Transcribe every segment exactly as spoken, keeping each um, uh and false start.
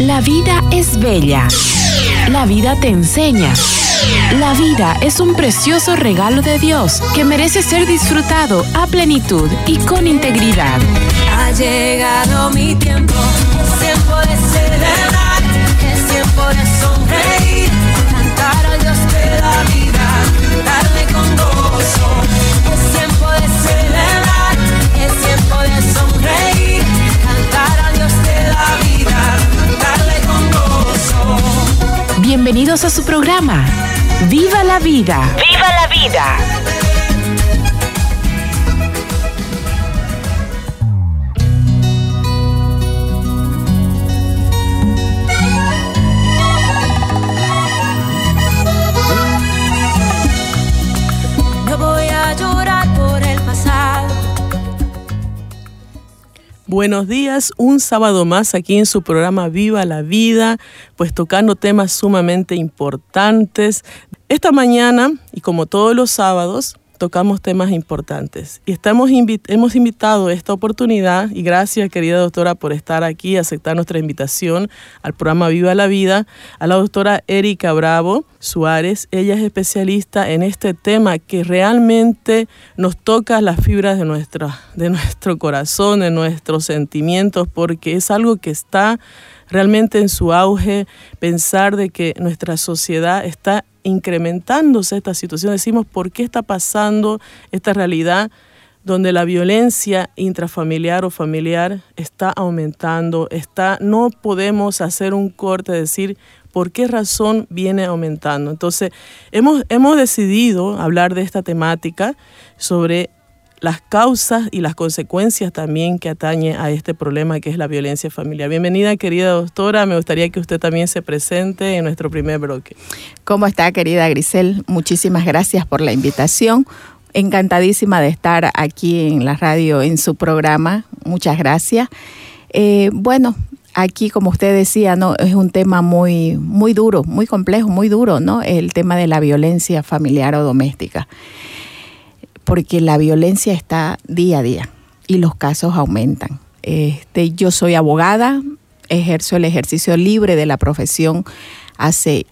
La vida es bella. La vida te enseña. La vida es un precioso regalo de Dios que merece ser disfrutado a plenitud y con integridad. Ha llegado mi tiempo, es tiempo de celebrar, es tiempo de sonreír, cantar al Dios de la vida, darle con gozo. Es tiempo de celebrar, es tiempo de sonreír, cantar al Dios de la vida, darle con gozo. Bienvenidos a su programa, ¡Viva la vida! ¡Viva la vida! No voy a llorar por el pasado. Buenos días, un sábado más aquí en su programa Viva la Vida, pues tocando temas sumamente importantes. Esta mañana, y como todos los sábados, tocamos temas importantes. Y estamos invi- hemos invitado esta oportunidad, y gracias, querida doctora, por estar aquí, aceptar nuestra invitación al programa Viva la Vida, a la doctora Erika Bravo Suárez. Ella es especialista en este tema que realmente nos toca las fibras de nuestro, de nuestro corazón, de nuestros sentimientos, porque es algo que está realmente en su auge. Pensar de que nuestra sociedad está incrementándose esta situación. Decimos, ¿por qué está pasando esta realidad donde la violencia intrafamiliar o familiar está aumentando? Está, no podemos hacer un corte, decir por qué razón viene aumentando. Entonces, hemos, hemos decidido hablar de esta temática sobre las causas y las consecuencias también que atañe a este problema que es la violencia familiar. Bienvenida, querida doctora. Me gustaría que usted también se presente en nuestro primer bloque. ¿Cómo está, querida Grisel? Muchísimas gracias por la invitación. Encantadísima de estar aquí en la radio, en su programa. Muchas gracias. Eh, bueno, aquí, como usted decía, no, es un tema muy, muy duro, muy complejo, muy duro, ¿no? El tema de la violencia familiar o doméstica. Porque la violencia está día a día y los casos aumentan. Este, yo soy abogada, ejerzo el ejercicio libre de la profesión hace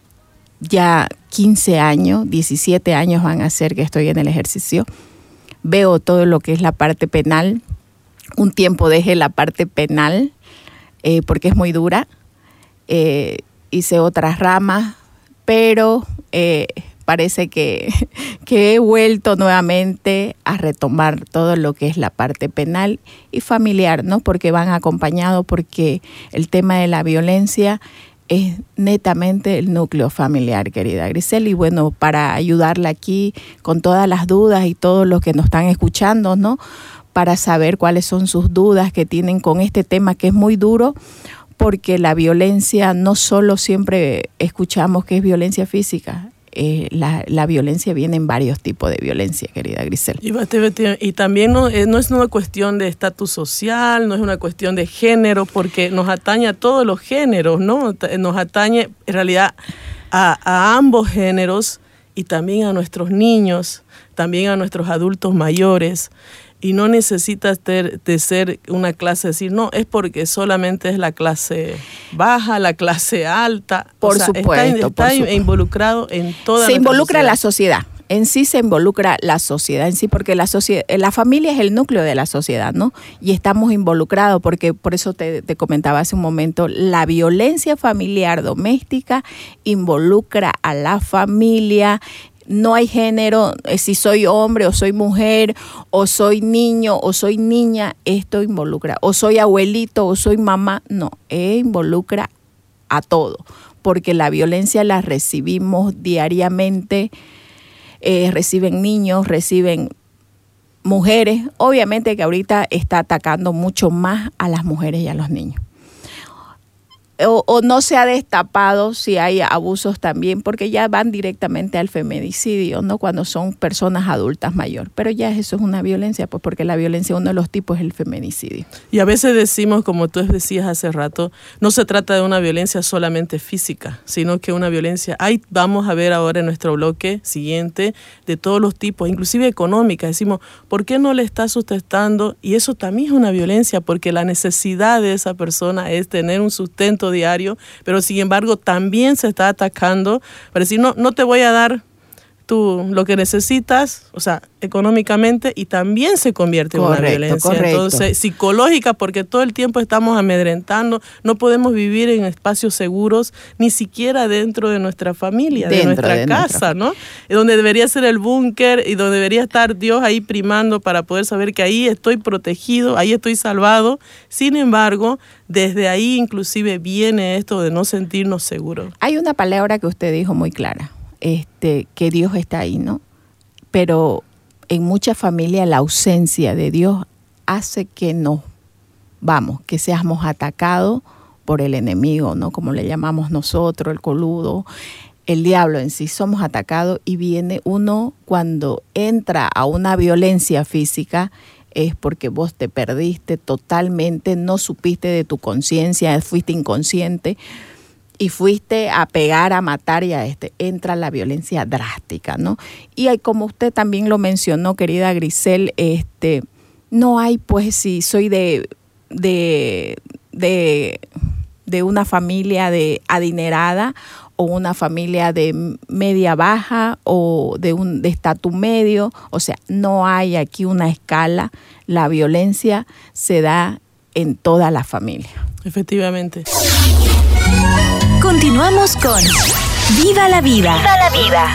ya quince años, diecisiete años van a ser que estoy en el ejercicio. Veo todo lo que es la parte penal. Un tiempo dejé la parte penal eh, porque es muy dura. Eh, hice otras ramas, pero Eh, parece que, que he vuelto nuevamente a retomar todo lo que es la parte penal y familiar, ¿no? Porque van acompañados, porque el tema de la violencia es netamente el núcleo familiar, querida Grisel. Y bueno, para ayudarla aquí con todas las dudas y todos los que nos están escuchando, ¿no? Para saber cuáles son sus dudas que tienen con este tema que es muy duro, porque la violencia no solo siempre escuchamos que es violencia física. Eh, la, la violencia viene en varios tipos de violencia, querida Grisel. Y, y también no, eh, no es una cuestión de estatus social, no es una cuestión de género, porque nos atañe a todos los géneros, ¿no? Nos atañe en realidad a, a ambos géneros y también a nuestros niños, también a nuestros adultos mayores. Y no necesitas ter, de ser una clase, decir, no, es porque solamente es la clase baja, la clase alta. Por o sea, supuesto. Está, está por supuesto. involucrado en toda Se involucra sociedad. la sociedad. En sí se involucra la sociedad, en sí, porque la sociedad, la familia es el núcleo de la sociedad, ¿no? Y estamos involucrados, porque por eso te, te comentaba hace un momento, la violencia familiar doméstica involucra a la familia. No hay género, si soy hombre o soy mujer, o soy niño o soy niña, esto involucra. O soy abuelito o soy mamá, no, eh, involucra a todo. Porque la violencia la recibimos diariamente, eh, reciben niños, reciben mujeres. Obviamente que ahorita está atacando mucho más a las mujeres y a los niños. O, o no se ha destapado si hay abusos también, porque ya van directamente al feminicidio, ¿no? Cuando son personas adultas mayores. Pero ya eso es una violencia, pues porque la violencia, uno de los tipos es el feminicidio. Y a veces decimos, como tú decías hace rato, no se trata de una violencia solamente física, sino que una violencia, ahí vamos a ver ahora en nuestro bloque siguiente, de todos los tipos, inclusive económica. Decimos, ¿por qué no le está sustentando? Y eso también es una violencia, porque la necesidad de esa persona es tener un sustento sustento diario, pero sin embargo también se está atacando para decir, no, no te voy a dar tú lo que necesitas, o sea, económicamente, y también se convierte correcto, en una violencia. Correcto. Entonces, psicológica, porque todo el tiempo estamos amedrentando, no podemos vivir en espacios seguros, ni siquiera dentro de nuestra familia, dentro de nuestra de casa, nuestra... ¿no? Donde debería ser el búnker y donde debería estar Dios ahí primando para poder saber que ahí estoy protegido, ahí estoy salvado. Sin embargo, desde ahí inclusive viene esto de no sentirnos seguros. Hay una palabra que usted dijo muy clara. Este, que Dios está ahí, ¿no? Pero en muchas familias la ausencia de Dios hace que nos vamos, que seamos atacados por el enemigo, ¿no? Como le llamamos nosotros, el coludo, el diablo en sí. Somos atacados y viene uno cuando entra a una violencia física, es porque vos te perdiste totalmente, no supiste de tu conciencia, fuiste inconsciente, y fuiste a pegar, a matar y a este, entra la violencia drástica, ¿no? Y hay, como usted también lo mencionó, querida Grisel, este, no hay, pues, si soy de, de, de, de una familia de adinerada o una familia de media baja o de un de estatus medio, o sea, no hay aquí una escala, la violencia se da en toda la familia. Efectivamente. Continuamos con Viva la Vida. Viva la Vida.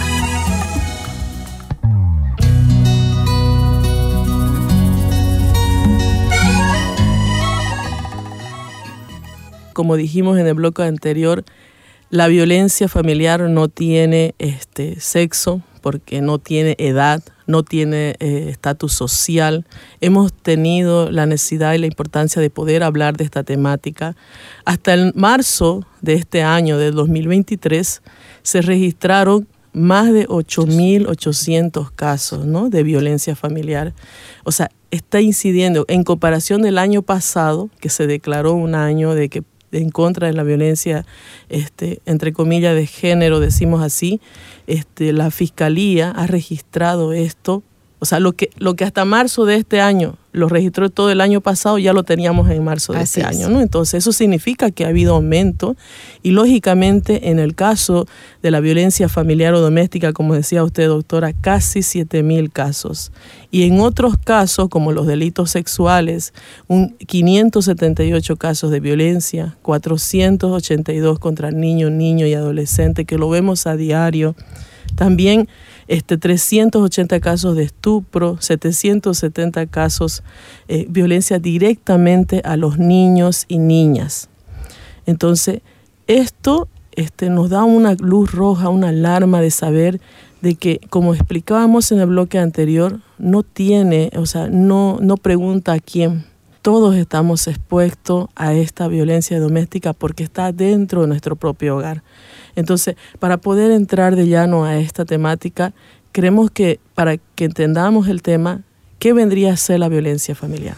Como dijimos en el bloque anterior, la violencia familiar no tiene este sexo, porque no tiene edad, no tiene estatus eh, social. Hemos tenido la necesidad y la importancia de poder hablar de esta temática. Hasta el marzo de este año, del dos mil veintitrés, se registraron más de ocho mil ochocientos casos, ¿no?, de violencia familiar. O sea, está incidiendo en comparación del año pasado, que se declaró un año de que en contra de la violencia, este, entre comillas, de género, decimos así. Este, la Fiscalía ha registrado esto, o sea, lo que, lo que hasta marzo de este año lo registró todo el año pasado, ya lo teníamos en marzo de Así este es. año, ¿no? Entonces, eso significa que ha habido aumento y, lógicamente, en el caso de la violencia familiar o doméstica, como decía usted, doctora, casi siete mil casos. Y en otros casos, como los delitos sexuales, un quinientos setenta y ocho casos de violencia, cuatrocientos ochenta y dos contra niños, niños y adolescentes, que lo vemos a diario. También este, trescientos ochenta casos de estupro, setecientos setenta casos de eh, violencia directamente a los niños y niñas. Entonces, esto este, nos da una luz roja, una alarma de saber de que, como explicábamos en el bloque anterior, no tiene, o sea, no, no pregunta a quién. Todos estamos expuestos a esta violencia doméstica porque está dentro de nuestro propio hogar. Entonces, para poder entrar de llano a esta temática, creemos que para que entendamos el tema, ¿qué vendría a ser la violencia familiar?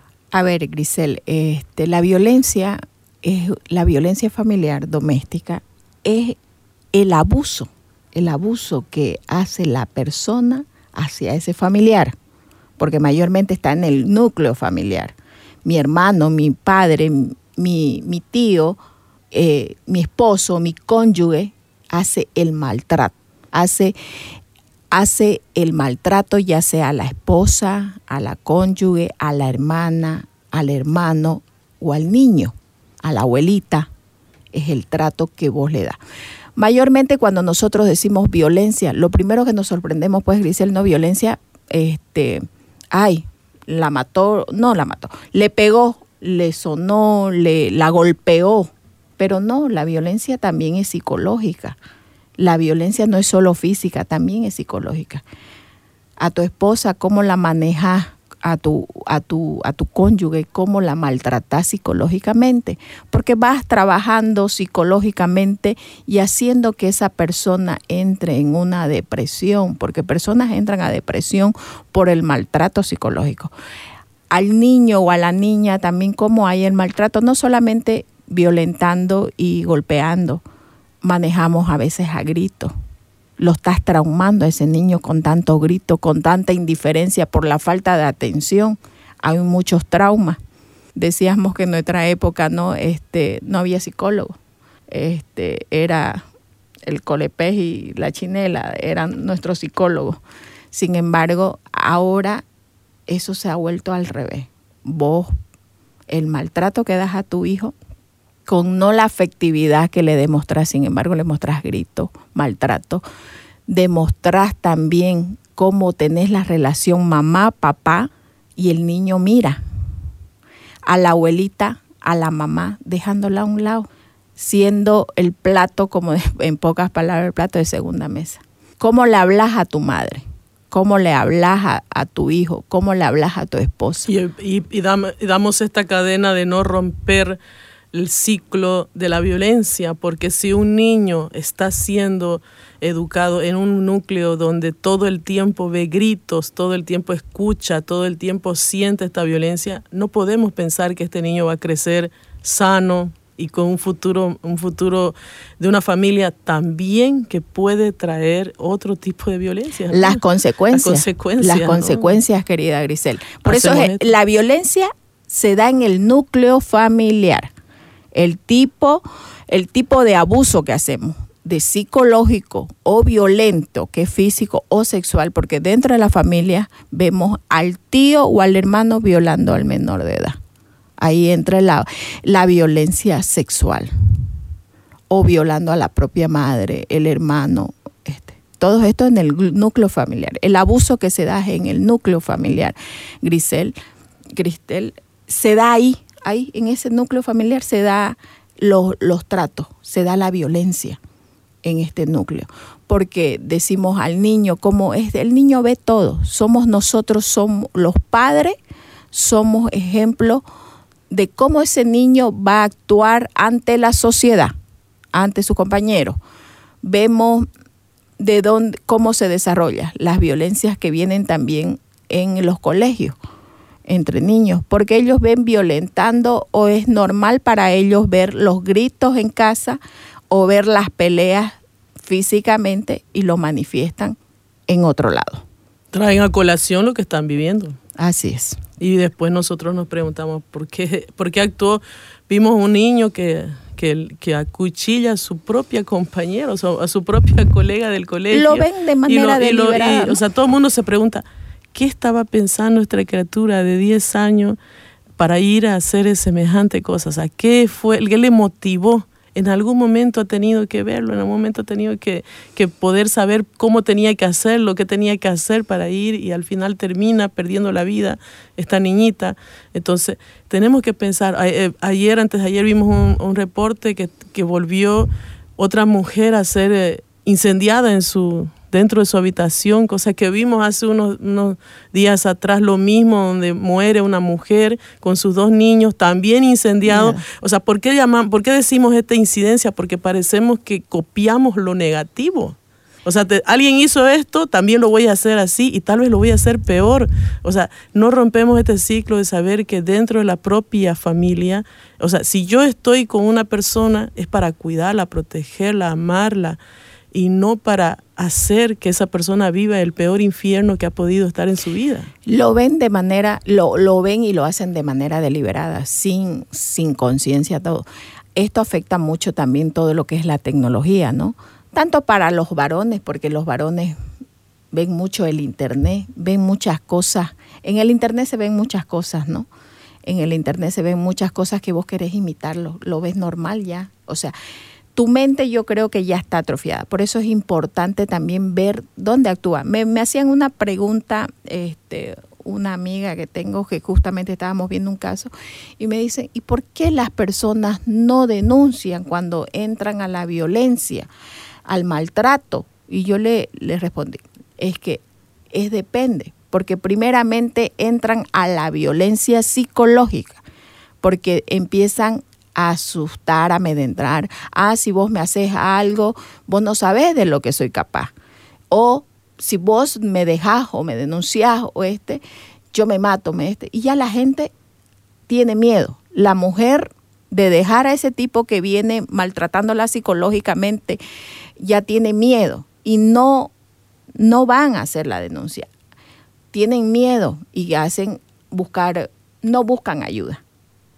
A ver, Grisel, este, la violencia es la violencia familiar doméstica es el abuso, el abuso que hace la persona hacia ese familiar, porque mayormente está en el núcleo familiar. Mi hermano, mi padre, mi, mi tío, eh, mi esposo, mi cónyuge hace el maltrato, hace, hace el maltrato ya sea a la esposa, a la cónyuge, a la hermana, al hermano o al niño, a la abuelita. Es el trato que vos le das. Mayormente cuando nosotros decimos violencia, lo primero que nos sorprendemos, pues, Grisel, no violencia, este, ay, la mató, no la mató, le pegó, le sonó, le, la golpeó, pero no, la violencia también es psicológica. La violencia no es solo física, también es psicológica. A tu esposa, ¿cómo la manejas? A tu, a tu, a tu cónyuge, cómo la maltratas psicológicamente, porque vas trabajando psicológicamente y haciendo que esa persona entre en una depresión, porque personas entran a depresión por el maltrato psicológico. Al niño o a la niña también, cómo hay el maltrato, no solamente violentando y golpeando, manejamos a veces a gritos. Lo estás traumando a ese niño con tanto grito, con tanta indiferencia por la falta de atención. Hay muchos traumas Decíamos que en nuestra época no, este, no había psicólogo. Este, era el colepés y la chinela, eran nuestros psicólogos. Sin embargo, ahora eso se ha vuelto al revés. Vos, el maltrato que das a tu hijo, con no la afectividad que le demostrás, sin embargo le mostrás grito, maltrato, demostrás también cómo tenés la relación mamá, papá, y el niño mira a la abuelita, a la mamá, dejándola a un lado, siendo el plato, como en pocas palabras, el plato de segunda mesa. ¿Cómo le hablas a tu madre? ¿Cómo le hablas a, a tu hijo? ¿Cómo le hablas a tu esposo? Y, y, y, dam, y damos esta cadena de no romper el ciclo de la violencia, porque si un niño está siendo educado en un núcleo donde todo el tiempo ve gritos, todo el tiempo escucha, todo el tiempo siente esta violencia, no podemos pensar que este niño va a crecer sano y con un futuro, un futuro de una familia también que puede traer otro tipo de violencia, ¿no? Las consecuencias. Las consecuencias, Las ¿no? consecuencias, querida Grisel. Por Hacemos eso es, la violencia se da en el núcleo familiar. El tipo, el tipo de abuso que hacemos, de psicológico o violento, que es físico o sexual, porque dentro de la familia vemos al tío o al hermano violando al menor de edad. Ahí entra la, la violencia sexual o violando a la propia madre, el hermano. Este. Todo esto en el núcleo familiar. El abuso que se da en el núcleo familiar, Grisel, Cristel, se da ahí. Ahí en ese núcleo familiar se da los, los tratos, se da la violencia en este núcleo. Porque decimos al niño, como es, el niño ve todo. Somos nosotros, somos los padres, somos ejemplos de cómo ese niño va a actuar ante la sociedad, ante su compañero. Vemos de dónde, cómo se desarrolla las violencias que vienen también en los colegios entre niños, porque ellos ven violentando o es normal para ellos ver los gritos en casa o ver las peleas físicamente y lo manifiestan en otro lado. Traen a colación lo que están viviendo. Así es. Y después nosotros nos preguntamos por qué, por qué actuó. Vimos un niño que, que, que acuchilla a su propia compañera, o sea, a su propia colega del colegio. Lo ven de manera y lo, deliberada. Y lo, y, ¿no? O sea, todo el mundo se pregunta, ¿qué estaba pensando nuestra criatura de diez años para ir a hacer semejante cosa? O sea, ¿qué fue, qué le motivó? En algún momento ha tenido que verlo, en algún momento ha tenido que, que poder saber cómo tenía que hacerlo, qué tenía que hacer para ir, y al final termina perdiendo la vida esta niñita. Entonces, tenemos que pensar, ayer, antes de ayer vimos un, un reporte que, que volvió otra mujer a ser eh, incendiada en su... dentro de su habitación, cosa que vimos hace unos, unos días atrás, lo mismo, donde muere una mujer con sus dos niños también incendiados. Yeah. O sea, ¿por qué llaman, por qué decimos esta incidencia? Porque parecemos que copiamos lo negativo. O sea, te, alguien hizo esto, también lo voy a hacer así y tal vez lo voy a hacer peor. O sea, no rompemos este ciclo de saber que dentro de la propia familia, o sea, si yo estoy con una persona es para cuidarla, protegerla, amarla, y no para hacer que esa persona viva el peor infierno que ha podido estar en su vida. Lo ven de manera, lo, lo ven y lo hacen de manera deliberada, sin, sin conciencia todo. Esto afecta mucho también todo lo que es la tecnología, ¿no? Tanto para los varones, porque los varones ven mucho el internet, ven muchas cosas. En el internet se ven muchas cosas, ¿no? En el internet se ven muchas cosas que vos querés imitarlo, lo ves normal ya. O sea, tu mente yo creo que ya está atrofiada. Por eso es importante también ver dónde actúa. Me, me hacían una pregunta, este, una amiga que tengo, que justamente estábamos viendo un caso, y me dicen, ¿y por qué las personas no denuncian cuando entran a la violencia, al maltrato? Y yo le, le respondí, es que es depende, porque primeramente entran a la violencia psicológica, porque empiezan a asustar, a amedrentar. Ah, si vos me haces algo, vos no sabés de lo que soy capaz. O si vos me dejás o me denunciás o este, yo me mato, me este. Y ya la gente tiene miedo. La mujer, de dejar a ese tipo que viene maltratándola psicológicamente, ya tiene miedo y no, no van a hacer la denuncia. Tienen miedo y hacen buscar, no buscan ayuda.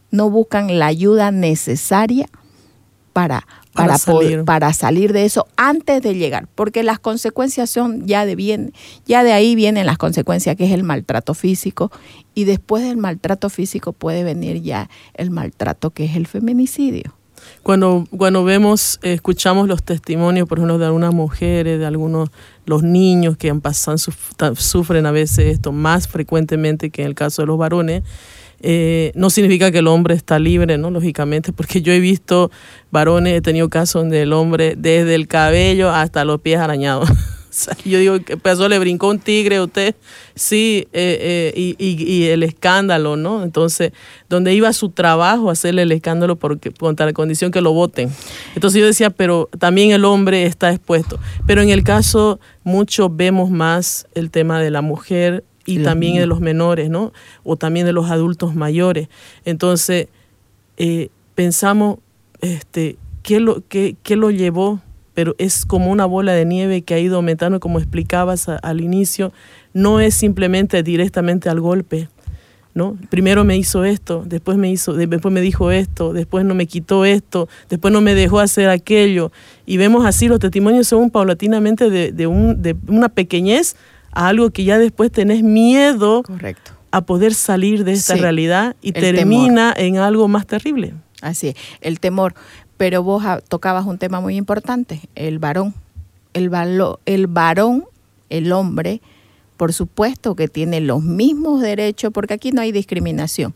no buscan la ayuda necesaria para, para, para, salir. Poder, para salir de eso antes de llegar, porque las consecuencias son ya de bien, ya de ahí vienen las consecuencias, que es el maltrato físico, y después del maltrato físico puede venir ya el maltrato que es el feminicidio. Cuando, cuando vemos, eh, escuchamos los testimonios, por ejemplo, de algunas mujeres, de algunos, los niños que han pasado, sufren a veces esto más frecuentemente que en el caso de los varones, eh, no significa que el hombre está libre, ¿no? Lógicamente, porque yo he visto varones, he tenido casos donde el hombre, desde el cabello hasta los pies arañados. O sea, yo digo, ¿qué pasó? ¿Le brincó un tigre a usted? Sí, eh, eh, y, y, y el escándalo, ¿no? Entonces, donde iba a su trabajo a hacerle el escándalo porque, contra la condición que lo voten. Entonces yo decía, pero también el hombre está expuesto. Pero en el caso, mucho vemos más el tema de la mujer y los también niños. De los menores, ¿no? O también de los adultos mayores. Entonces, eh, pensamos, este, ¿qué lo, qué, qué lo llevó? Pero es como una bola de nieve que ha ido aumentando, como explicabas a, al inicio, no es simplemente directamente al golpe, ¿no? Primero me hizo esto, después me hizo, después me dijo esto, después no me quitó esto, después no me dejó hacer aquello, y vemos así los testimonios son paulatinamente de, de, un, de una pequeñez a algo que ya después tenés miedo. Correcto. A poder salir de esta sí, realidad y termina temor. En algo más terrible. Así es, el temor. Pero vos tocabas un tema muy importante, el varón. El, valo, el varón, el hombre, por supuesto que tiene los mismos derechos, porque aquí no hay discriminación.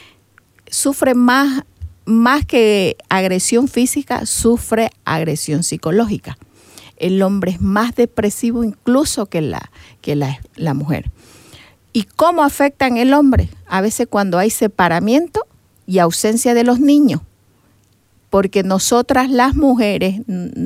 Sufre más, más que agresión física, sufre agresión psicológica. El hombre es más depresivo incluso que la, que la, la mujer. ¿Y cómo afectan el hombre? A veces cuando hay separamiento y ausencia de los niños. Porque nosotras las mujeres,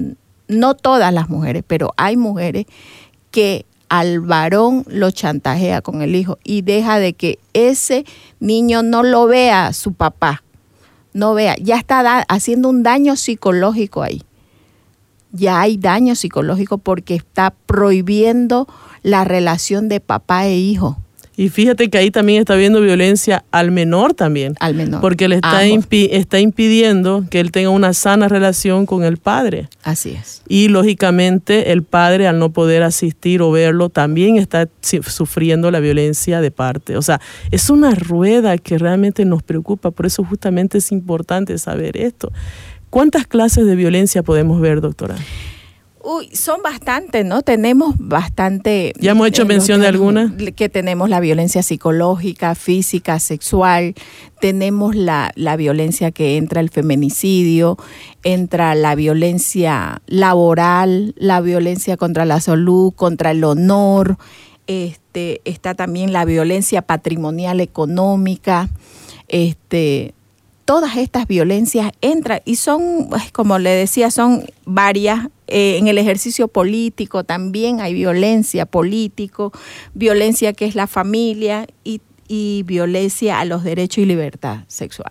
no todas las mujeres, pero hay mujeres que al varón lo chantajea con el hijo y deja de que ese niño no lo vea a su papá, no vea, ya está da- haciendo un daño psicológico ahí. Ya hay daño psicológico porque está prohibiendo la relación de papá e hijo. Y fíjate que ahí también está habiendo violencia al menor también. Al menor. Porque le está, impi- está impidiendo que él tenga una sana relación con el padre. Así es. Y lógicamente el padre, al no poder asistir o verlo, también está sufriendo la violencia de parte. O sea, es una rueda que realmente nos preocupa. Por eso justamente es importante saber esto. ¿Cuántas clases de violencia podemos ver, doctora? Uy, son bastantes, ¿no? Tenemos bastante... ¿Ya hemos hecho eh, mención de alguna? Que tenemos la violencia psicológica, física, sexual, tenemos la, la violencia que entra el feminicidio, entra la violencia laboral, la violencia contra la salud, contra el honor, este, está también la violencia patrimonial económica, este... Todas estas violencias entran y son, como le decía, son varias. Eh, en el ejercicio político también hay violencia político, violencia que es la familia y, y violencia a los derechos y libertad sexual.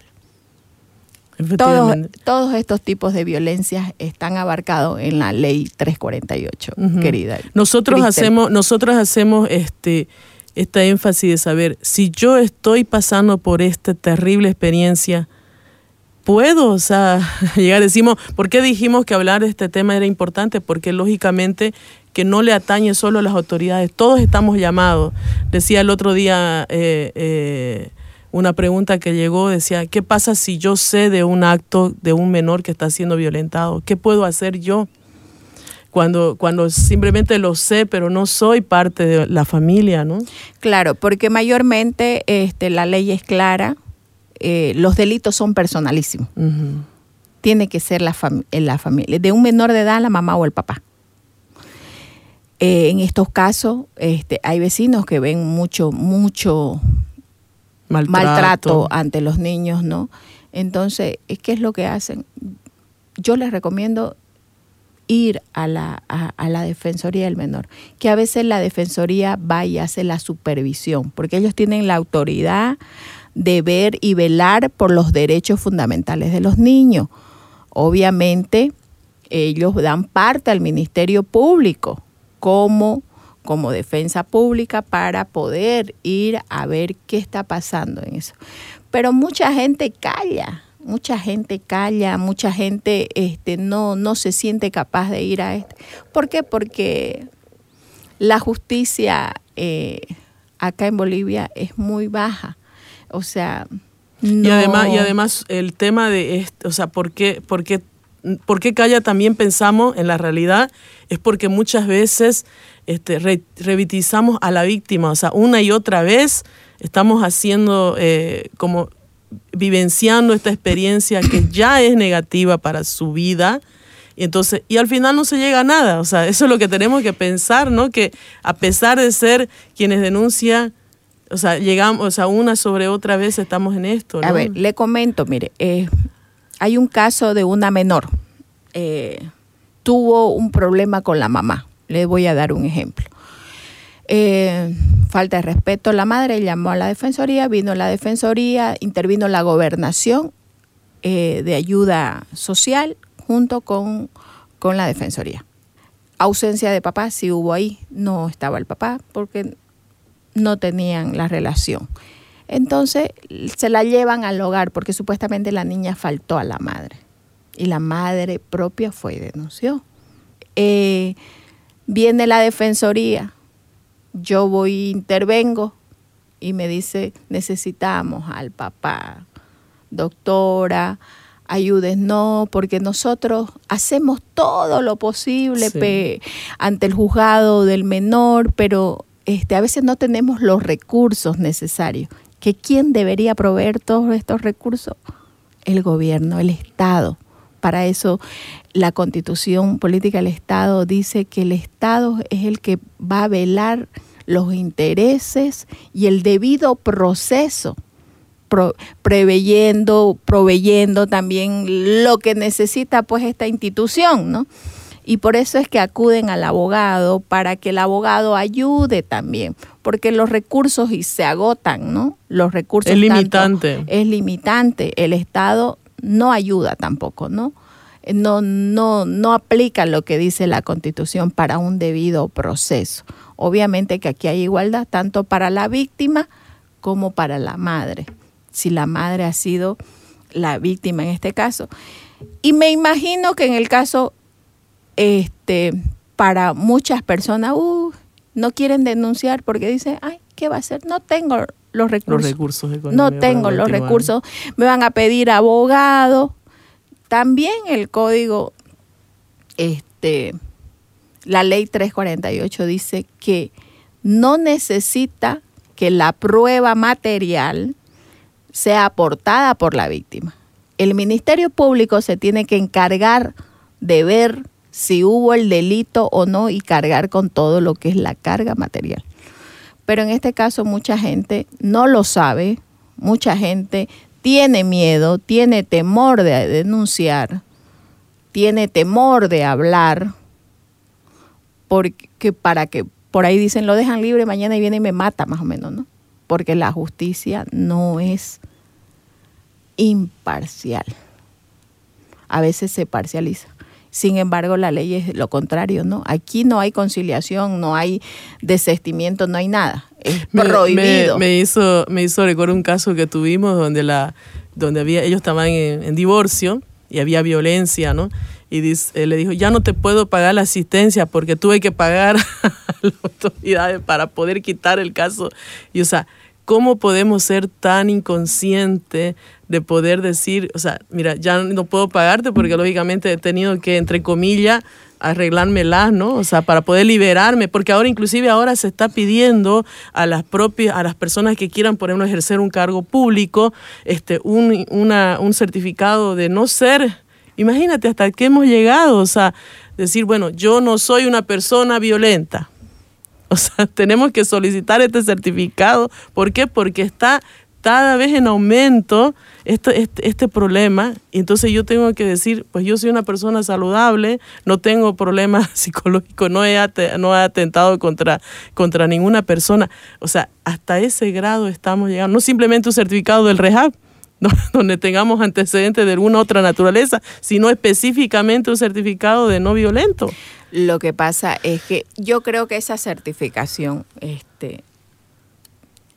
Todos, todos estos tipos de violencias están abarcados en la ley trescientos cuarenta y ocho, uh-huh. querida. Nosotros Cristel. hacemos, nosotros hacemos este, esta énfasis de saber, si yo estoy pasando por esta terrible experiencia, puedo, o sea, llegar, decimos, ¿por qué dijimos que hablar de este tema era importante? Porque lógicamente que no le atañe solo a las autoridades, todos estamos llamados. Decía el otro día eh, eh, una pregunta que llegó, decía, ¿qué pasa si yo sé de un acto de un menor que está siendo violentado? ¿Qué puedo hacer yo? Cuando, cuando simplemente lo sé, pero no soy parte de la familia, ¿no? Claro, porque mayormente este, la ley es clara. Eh, los delitos son personalísimos. Uh-huh. Tiene que ser la, fam- la familia, de un menor de edad, la mamá o el papá. Eh, en estos casos, este, hay vecinos que ven mucho, mucho maltrato. maltrato ante los niños, ¿no? Entonces, ¿qué es lo que hacen? Yo les recomiendo ir a la, a, a la Defensoría del Menor, que a veces la Defensoría va y hace la supervisión, porque ellos tienen la autoridad de ver y velar por los derechos fundamentales de los niños. Obviamente, ellos dan parte al Ministerio Público como, como defensa pública para poder ir a ver qué está pasando en eso. pero mucha gente calla, mucha gente calla, mucha gente este, no, no se siente capaz de ir a este. ¿Por qué? Porque la justicia eh, acá en Bolivia es muy baja, o sea... No. Y además, y además el tema de, esto, o sea, ¿por qué, por qué, por qué calla? También pensamos en la realidad, es porque muchas veces este, re, revictimizamos a la víctima, o sea, una y otra vez estamos haciendo, eh, como vivenciando esta experiencia que ya es negativa para su vida, y entonces, y al final no se llega a nada, o sea, eso es lo que tenemos que pensar, ¿no? Que a pesar de ser quienes denuncian, o sea, llegamos, o sea, una sobre otra vez estamos en esto, ¿no? A ver, le comento, mire, eh, hay un caso de una menor, eh, tuvo un problema con la mamá, le voy a dar un ejemplo. Eh, falta de respeto, la madre llamó a la defensoría, vino la defensoría, intervino la gobernación eh, de ayuda social junto con, con la defensoría. Ausencia de papá, sí hubo ahí, no estaba el papá porque no tenían la relación. Entonces se la llevan al hogar porque supuestamente la niña faltó a la madre y la madre propia fue y denunció. Eh, viene la defensoría, yo voy, intervengo y me dice, necesitamos al papá, doctora, ayúdenos, no, porque nosotros hacemos todo lo posible sí. pe, ante el juzgado del menor, pero Este, a veces no tenemos los recursos necesarios. ¿Que quién debería proveer todos estos recursos? El gobierno, el Estado. Para eso la Constitución Política del Estado dice que el Estado es el que va a velar los intereses y el debido proceso, pro, preveyendo, proveyendo también lo que necesita pues esta institución, ¿no? Y por eso es que acuden al abogado, para que el abogado ayude también, porque los recursos y se agotan, ¿no? Los recursos es limitante. Tanto, es limitante. El Estado no ayuda tampoco, ¿no? No, no, no aplica lo que dice la Constitución para un debido proceso. Obviamente que aquí hay igualdad tanto para la víctima como para la madre, si la madre ha sido la víctima en este caso. Y me imagino que en el caso... Este, para muchas personas uh, no quieren denunciar porque dicen, ay, ¿qué va a hacer? No tengo los recursos. Los recursos económicos. No tengo los recursos. Me van a pedir abogado. También el código, este, la ley trescientos cuarenta y ocho dice que no necesita que la prueba material sea aportada por la víctima. El Ministerio Público se tiene que encargar de ver si hubo el delito o no y cargar con todo lo que es la carga material. Pero en este caso mucha gente no lo sabe, mucha gente tiene miedo, tiene temor de denunciar, tiene temor de hablar, porque para que por ahí dicen lo dejan libre, mañana viene y me mata más o menos, ¿no? Porque la justicia no es imparcial. A veces se parcializa. Sin embargo, la ley es lo contrario, ¿no? Aquí no hay conciliación, no hay desistimiento, no hay nada. Es me, prohibido. Me, me hizo, me hizo recuerdo un caso que tuvimos donde la, donde había, ellos estaban en, en divorcio y había violencia, ¿no? Y dice, eh, le dijo, ya no te puedo pagar la asistencia porque tuve que pagar a las autoridades para poder quitar el caso. Y o sea, ¿cómo podemos ser tan inconscientes de poder decir, o sea, mira, ya no puedo pagarte porque lógicamente he tenido que, entre comillas, arreglármela, ¿no? O sea, para poder liberarme, porque ahora inclusive ahora se está pidiendo a las propias, a las personas que quieran, por ejemplo, ejercer un cargo público, este, un, una, un certificado de no ser, imagínate hasta qué hemos llegado, o sea, decir, bueno, yo no soy una persona violenta. O sea, tenemos que solicitar este certificado. ¿Por qué? Porque está cada vez en aumento este, este, este problema. Y entonces yo tengo que decir, pues yo soy una persona saludable, no tengo problemas psicológicos, no he, at- no he atentado contra, contra ninguna persona. O sea, hasta ese grado estamos llegando. No simplemente un certificado del Rehab, ¿no? Donde tengamos antecedentes de alguna otra naturaleza, sino específicamente un certificado de no violento. Lo que pasa es que yo creo que esa certificación este,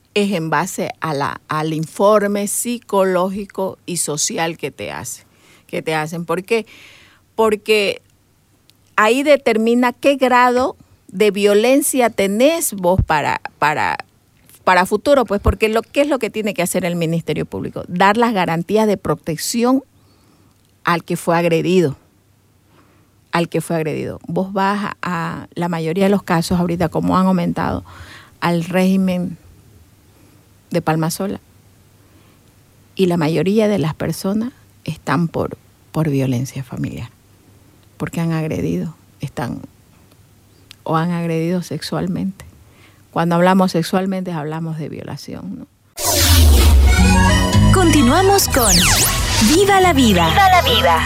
es en base a la, al informe psicológico y social que te hace, que te hacen. ¿Por qué? Porque ahí determina qué grado de violencia tenés vos para, para, para futuro, pues porque lo, ¿qué es lo que tiene que hacer el Ministerio Público? Dar las garantías de protección al que fue agredido, al que fue agredido. Vos vas a, a la mayoría de los casos ahorita, como han aumentado, al régimen de Palmasola, y la mayoría de las personas están por, por violencia familiar, porque han agredido, están o han agredido sexualmente. Cuando hablamos sexualmente hablamos de violación, ¿no? Continuamos con Viva la Vida. Viva la Vida.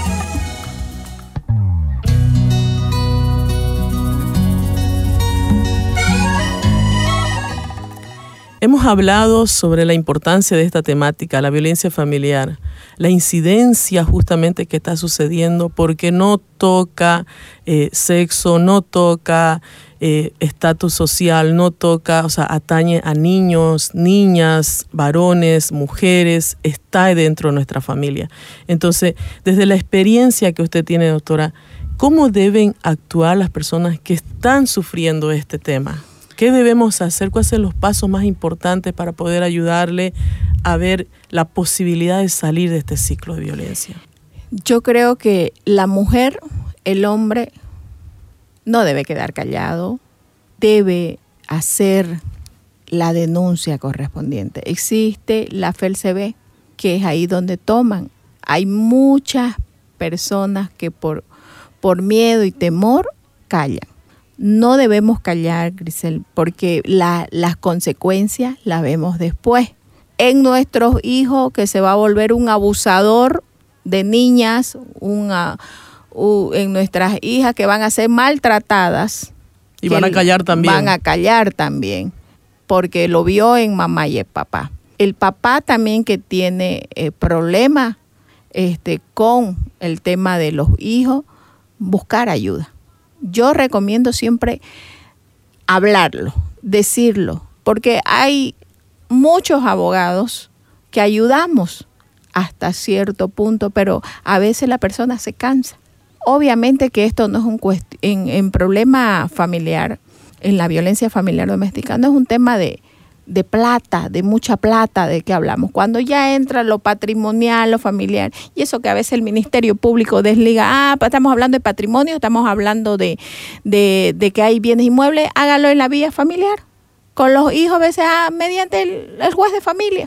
Hemos hablado sobre la importancia de esta temática, la violencia familiar, la incidencia justamente que está sucediendo porque no toca eh, sexo, no toca eh, estatus social, no toca, o sea, atañe a niños, niñas, varones, mujeres, está dentro de nuestra familia. Entonces, desde la experiencia que usted tiene, doctora, ¿cómo deben actuar las personas que están sufriendo este tema? ¿Qué debemos hacer? ¿Cuáles son los pasos más importantes para poder ayudarle a ver la posibilidad de salir de este ciclo de violencia? Yo creo que la mujer, el hombre, no debe quedar callado, debe hacer la denuncia correspondiente. Existe la F E L C B, que es ahí donde toman. Hay muchas personas que por, por miedo y temor callan. No debemos callar, Grisel, porque la, las consecuencias las vemos después. En nuestros hijos, que se va a volver un abusador de niñas, una, uh, en nuestras hijas que van a ser maltratadas. Y van a callar también. Van a callar también, porque lo vio en mamá y el papá. El papá también que tiene eh, problemas este, con el tema de los hijos, buscar ayuda. Yo recomiendo siempre hablarlo, decirlo, porque hay muchos abogados que ayudamos hasta cierto punto, pero a veces la persona se cansa. Obviamente que esto no es un cuest- en, en problema familiar, en la violencia familiar doméstica, no es un tema de, de plata, de mucha plata de que hablamos. Cuando ya entra lo patrimonial, lo familiar, y eso que a veces el Ministerio Público desliga, ah, estamos hablando de patrimonio, estamos hablando de, de, de que hay bienes inmuebles, hágalo en la vía familiar. Con los hijos a veces ah, mediante el, el juez de familia.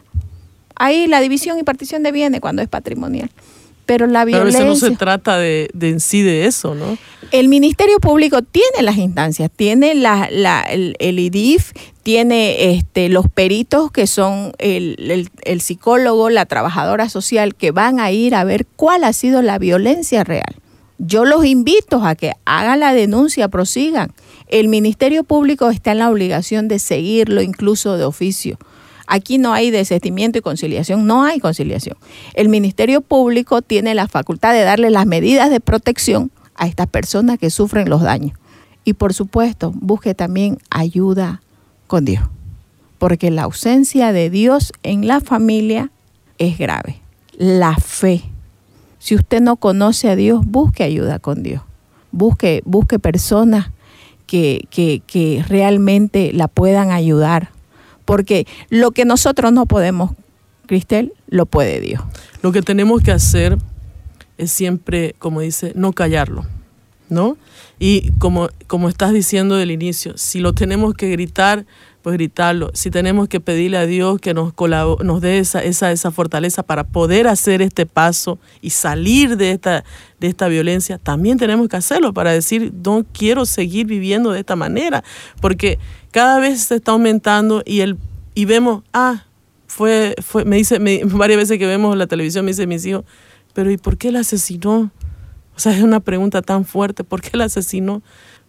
Ahí la división y partición de bienes cuando es patrimonial. Pero la violencia... Pero a veces no se trata de, de en sí de eso, ¿no? El Ministerio Público tiene las instancias, tiene la, la, el, el I D I F, tiene este, los peritos que son el, el, el psicólogo, la trabajadora social, que van a ir a ver cuál ha sido la violencia real. Yo los invito a que hagan la denuncia, prosigan. El Ministerio Público está en la obligación de seguirlo, incluso de oficio. Aquí no hay desistimiento y conciliación, no hay conciliación. El Ministerio Público tiene la facultad de darle las medidas de protección a estas personas que sufren los daños. Y por supuesto, busque también ayuda con Dios, porque la ausencia de Dios en la familia es grave. La fe. Si usted no conoce a Dios, busque ayuda con Dios. Busque, busque personas que, que, que realmente la puedan ayudar. Porque lo que nosotros no podemos, Cristel, lo puede Dios. Lo que tenemos que hacer es siempre, como dice, no callarlo, ¿no? Y como, como estás diciendo del inicio, si lo tenemos que gritar, pues gritarlo. Si tenemos que pedirle a Dios que nos, colabore, nos dé esa, esa, esa fortaleza para poder hacer este paso y salir de esta, de esta violencia, también tenemos que hacerlo para decir, no quiero seguir viviendo de esta manera, porque cada vez se está aumentando y el y vemos, ah, fue, fue me dice, me, varias veces que vemos la televisión, me dicen mis hijos, pero ¿y por qué la asesinó? O sea, es una pregunta tan fuerte, ¿por qué la asesinó?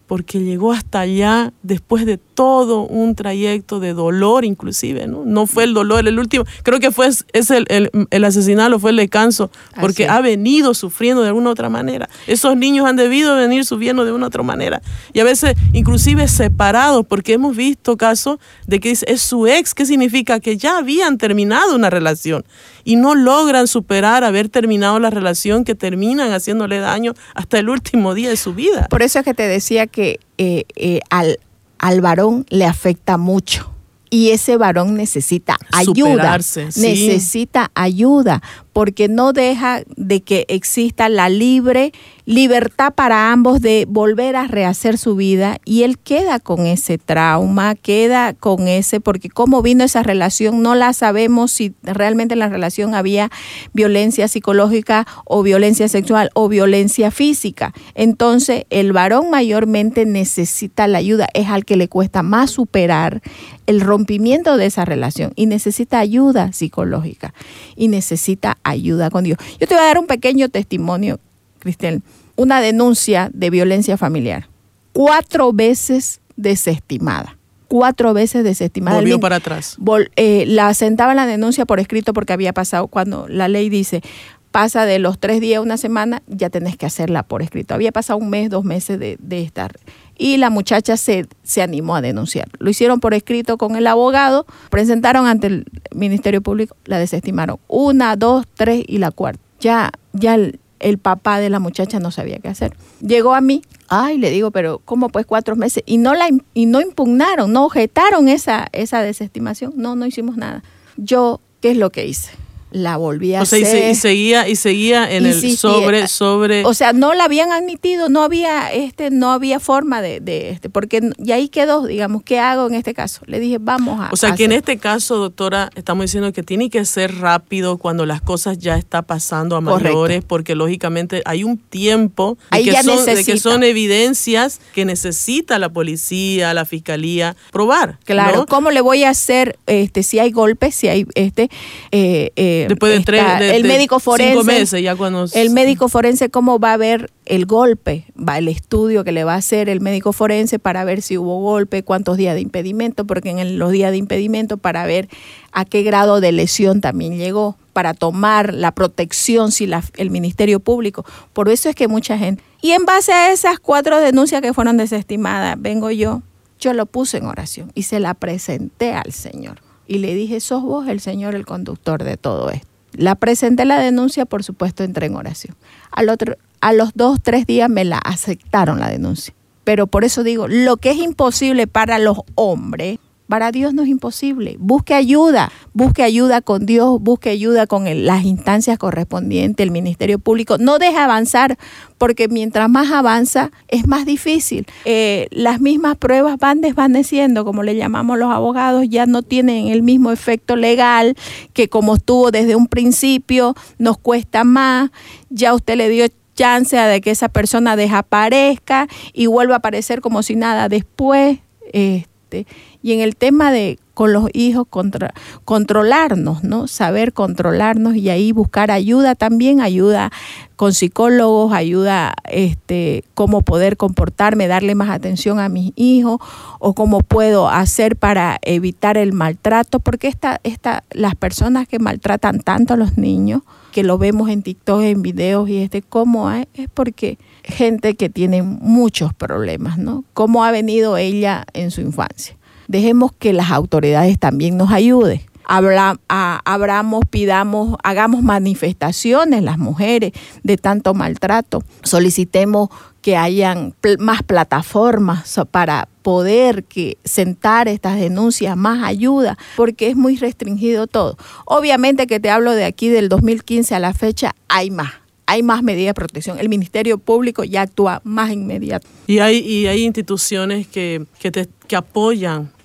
porque llegó hasta allá después de todo un trayecto de dolor inclusive, ¿no? No fue el dolor el último, creo que fue es el, el, el asesinato, fue el descanso, porque ha venido sufriendo de alguna otra manera. Esos niños han debido venir sufriendo de una otra manera. Y a veces inclusive separados, porque hemos visto casos de que es, es su ex, ¿qué significa? Que ya habían terminado una relación y no logran superar haber terminado la relación, que terminan haciéndole daño hasta el último día de su vida. Por eso es que te decía que eh, eh, al, al varón le afecta mucho y ese varón necesita ayuda, Superarse, sí. necesita ayuda, porque no deja de que exista la libre libertad para ambos de volver a rehacer su vida, y él queda con ese trauma, queda con ese, porque cómo vino esa relación no la sabemos, si realmente en la relación había violencia psicológica o violencia sexual o violencia física. Entonces el varón mayormente necesita la ayuda, es al que le cuesta más superar el rompimiento de esa relación y necesita ayuda psicológica y necesita ayuda con Dios. Yo te voy a dar un pequeño testimonio, Cristel. Una denuncia de violencia familiar, cuatro veces desestimada, cuatro veces desestimada. Volvió para atrás. Vol, eh, la sentaba la denuncia por escrito porque había pasado, cuando la ley dice, pasa de los tres días a una semana, ya tenés que hacerla por escrito. Había pasado un mes, dos meses de, de estar. Y la muchacha se, se animó a denunciar. Lo hicieron por escrito con el abogado, presentaron ante el Ministerio Público, la desestimaron. Una, dos, tres y la cuarta. Ya, ya el, el papá de la muchacha no sabía qué hacer. Llegó a mí, ay, le digo, pero ¿cómo pues cuatro meses? Y no la y no impugnaron, no objetaron esa, esa desestimación. No, no hicimos nada. Yo, ¿qué es lo que hice? La volví a o sea, hacer. Y, se, y seguía y seguía en y el sobre, sobre. O sea, no la habían admitido, no había este, no había forma de, de este, porque y ahí quedó, digamos, ¿qué hago en este caso? Le dije, vamos a. O sea, a que hacer. en este caso, doctora, estamos diciendo que tiene que ser rápido cuando las cosas ya están pasando a mayores, correcto, porque lógicamente hay un tiempo de que, son, de que son evidencias que necesita la policía, la fiscalía probar. Claro, ¿no? ¿Cómo le voy a hacer este si hay golpes, si hay este eh, eh, después de tres de, el de médico forense, cinco meses ya cuando el médico forense cómo va a ver el golpe, va el estudio que le va a hacer el médico forense para ver si hubo golpe, cuántos días de impedimento, porque en el, los días de impedimento para ver a qué grado de lesión también llegó, para tomar la protección si la, el Ministerio Público. Por eso es que mucha gente, y en base a esas cuatro denuncias que fueron desestimadas, vengo yo, yo lo puse en oración y se la presenté al Señor. Y le dije, sos vos el Señor, el conductor de todo esto. La presenté la denuncia, por supuesto, entré en oración. Al otro, a los dos, tres días me la aceptaron la denuncia. Pero por eso digo, lo que es imposible para los hombres, para Dios no es imposible. Busque ayuda, busque ayuda con Dios, busque ayuda con el, las instancias correspondientes, el Ministerio Público. No deje avanzar, porque mientras más avanza es más difícil. Eh, las mismas pruebas van desvaneciendo, como le llamamos los abogados, ya no tienen el mismo efecto legal que como estuvo desde un principio, nos cuesta más, ya usted le dio chance de que esa persona desaparezca y vuelva a aparecer como si nada después. Eh, Y en el tema de con los hijos, contra, controlarnos, ¿no? Saber controlarnos y ahí buscar ayuda también, ayuda con psicólogos, ayuda este, cómo poder comportarme, darle más atención a mis hijos o cómo puedo hacer para evitar el maltrato, porque esta, esta, las personas que maltratan tanto a los niños, que lo vemos en TikTok, en videos y este, cómo es, es porque gente que tiene muchos problemas, ¿no? Cómo ha venido ella en su infancia. Dejemos que las autoridades también nos ayuden. Habla, a, abramos, pidamos, hagamos manifestaciones las mujeres de tanto maltrato. Solicitemos que hayan pl- más plataformas para poder que sentar estas denuncias, más ayuda, porque es muy restringido todo. Obviamente que te hablo de aquí del dos mil quince a la fecha, hay más. Hay más medidas de protección. El Ministerio Público ya actúa más inmediato. Y hay, y hay instituciones que, que, te, que apoyan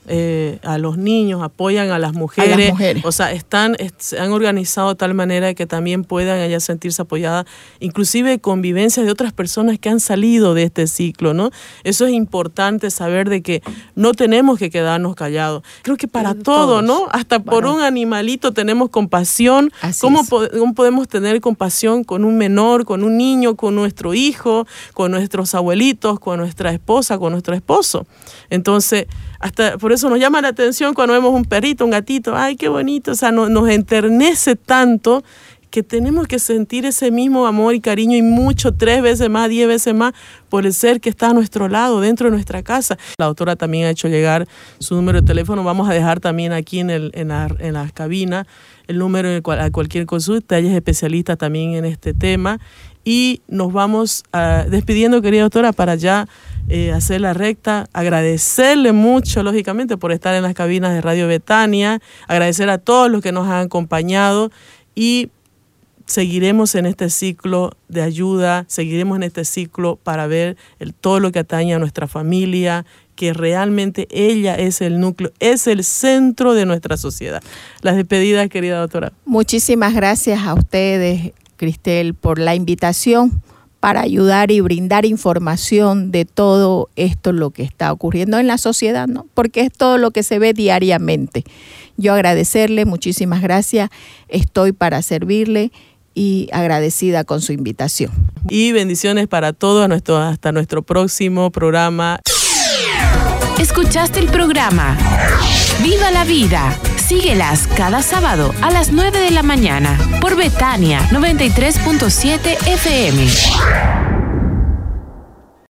eh, a los niños, apoyan a las mujeres. A las mujeres. O sea, están, se han organizado de tal manera que también puedan ellas sentirse apoyadas, inclusive convivencia de otras personas que han salido de este ciclo, ¿no? Eso es importante saber de que no tenemos que quedarnos callados. Creo que para Todos. todo, ¿no? Hasta por Bueno. un animalito tenemos compasión. Así ¿Cómo, es. po- ¿Cómo podemos tener compasión con un menor, con un niño, con nuestro hijo, con nuestros abuelitos, con nuestra esposa, con nuestro esposo? Entonces, hasta por eso nos llama la atención cuando vemos un perrito, un gatito, ¡ay, qué bonito! O sea, no, nos enternece tanto que tenemos que sentir ese mismo amor y cariño y mucho, tres veces más, diez veces más, por el ser que está a nuestro lado, dentro de nuestra casa. La doctora también ha hecho llegar su número de teléfono. Vamos a dejar también aquí en, el, en, la, en la cabina el número de cual, a cualquier consulta. Ella es especialista también en este tema. Y nos vamos uh, despidiendo, querida doctora, para ya eh, hacer la recta. Agradecerle mucho, lógicamente, por estar en las cabinas de Radio Betania. Agradecer a todos los que nos han acompañado y seguiremos en este ciclo de ayuda, seguiremos en este ciclo para ver el, todo lo que atañe a nuestra familia, que realmente ella es el núcleo, es el centro de nuestra sociedad. Las despedidas, querida doctora. Muchísimas gracias a ustedes, Cristel, por la invitación para ayudar y brindar información de todo esto, lo que está ocurriendo en la sociedad, ¿no? Porque es todo lo que se ve diariamente. Yo agradecerle, muchísimas gracias, estoy para servirle y agradecida con su invitación. Y bendiciones para todos, nuestro, hasta nuestro próximo programa. Escuchaste el programa Viva la Vida. Síguelas cada sábado a las nueve de la mañana por Betania noventa y tres punto siete F M.